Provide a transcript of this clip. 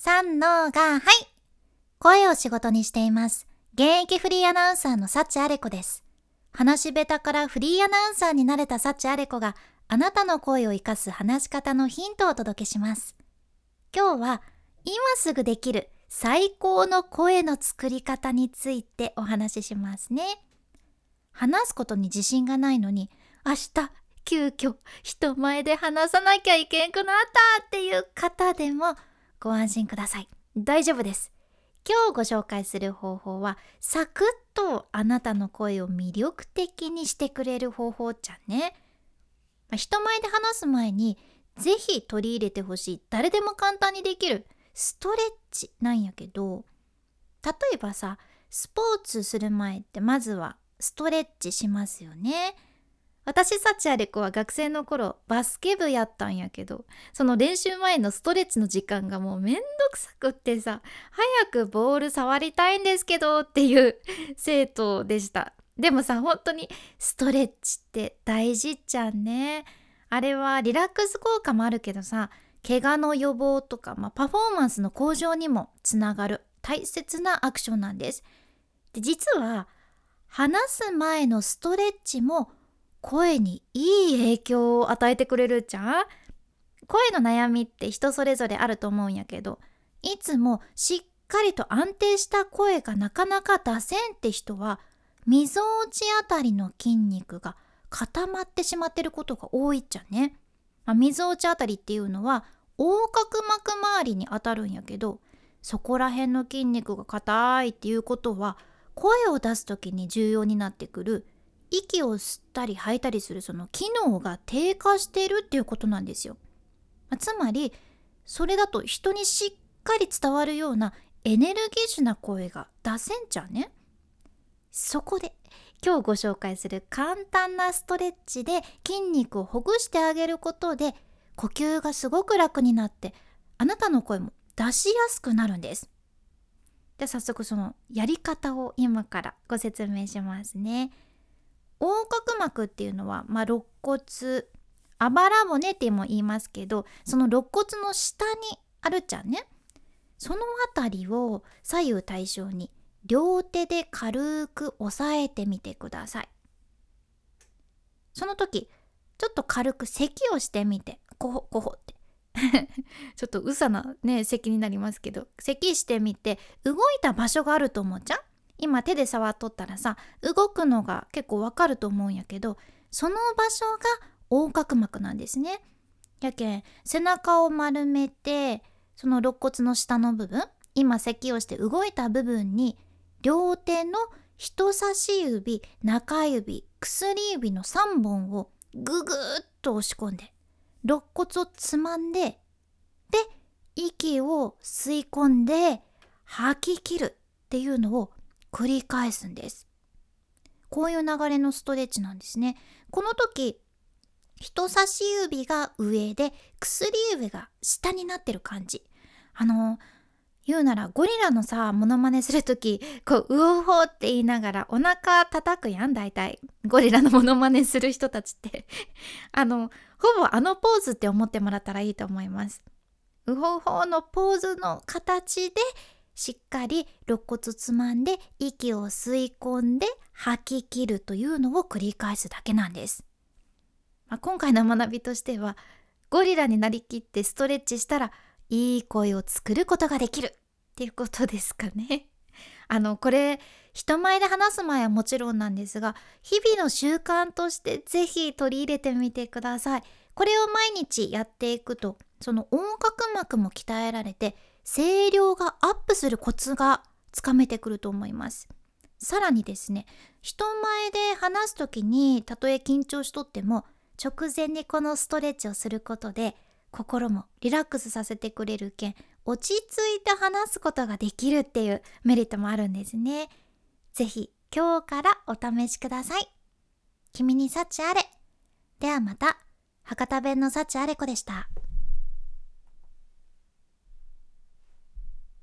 三のが、はい。声を仕事にしています。現役フリーアナウンサーの幸あれ子です。話し下手からフリーアナウンサーになれた幸あれ子が、あなたの声を生かす話し方のヒントをお届けします。今日は、今すぐできる最高の声の作り方についてお話ししますね。話すことに自信がないのに、明日、急遽、人前で話さなきゃいけんくなったっていう方でも、ご安心ください。大丈夫です。今日ご紹介する方法は、サクッとあなたの声を魅力的にしてくれる方法じゃね。人前で話す前に、ぜひ取り入れてほしい、誰でも簡単にできるストレッチなんやけど、例えばさ、スポーツする前ってまずはストレッチしますよね。私幸あれ子は学生の頃バスケ部やったんやけど、その練習前のストレッチの時間がもうめんどくさくってさ、早くボール触りたいんですけどっていう生徒でした。でもさ、本当にストレッチって大事じゃんね。あれはリラックス効果もあるけどさ、怪我の予防とか、パフォーマンスの向上にもつながる大切なアクションなんです。で、実は話す前のストレッチも声にいい影響を与えてくれるじゃん。声の悩みって人それぞれあると思うんやけど、いつもしっかりと安定した声がなかなか出せんって人は、みぞおちあたりの筋肉が固まってしまってることが多いっちゃね。みぞおちあたりっていうのは横隔膜周りに当たるんやけど、そこら辺の筋肉が硬いっていうことは、声を出す時に重要になってくる息を吸ったり吐いたりするその機能が低下しているっていうことなんですよ。つまりそれだと人にしっかり伝わるようなエネルギッシュな声が出せんちゃうね。そこで今日ご紹介する簡単なストレッチで筋肉をほぐしてあげることで、呼吸がすごく楽になってあなたの声も出しやすくなるんです。で、早速そのやり方を今からご説明しますね。横隔膜っていうのは、肋骨、あばら骨っても言いますけど、その肋骨の下にあるっちゃね。そのあたりを左右対称に両手で軽く押さえてみてください。その時ちょっと軽く咳をしてみて、コホコホってちょっとうさなね咳になりますけど、咳してみて動いた場所があると思うじゃん。今手で触っとったらさ、動くのが結構わかると思うんやけど、その場所が横隔膜なんですね。やけん背中を丸めて、その肋骨の下の部分、今咳をして動いた部分に両手の人差し指、中指、薬指の3本をぐぐーっと押し込んで、肋骨をつまんで、で息を吸い込んで吐き切るっていうのを繰り返すんです。こういう流れのストレッチなんですね。この時人差し指が上で薬指が下になってる感じ。言うならゴリラのさモノマネする時、こうウオホーって言いながらお腹叩くやん。大体ゴリラのモノマネする人たちってほぼあのポーズって思ってもらったらいいと思います。ウホウホのポーズの形でしっかり肋骨つまんで息を吸い込んで吐き切るというのを繰り返すだけなんです。今回の学びとしては、ゴリラになりきってストレッチしたらいい声を作ることができるっていうことですかね。これ人前で話す前はもちろんなんですが、日々の習慣としてぜひ取り入れてみてください。これを毎日やっていくと、その横隔膜も鍛えられて声量がアップするコツがつかめてくると思います。さらにですね、人前で話すときにたとえ緊張しとっても、直前にこのストレッチをすることで心もリラックスさせてくれるけん、落ち着いて話すことができるっていうメリットもあるんですね。ぜひ今日からお試しください。君に幸あれ。ではまた。博多弁の幸あれ子でした。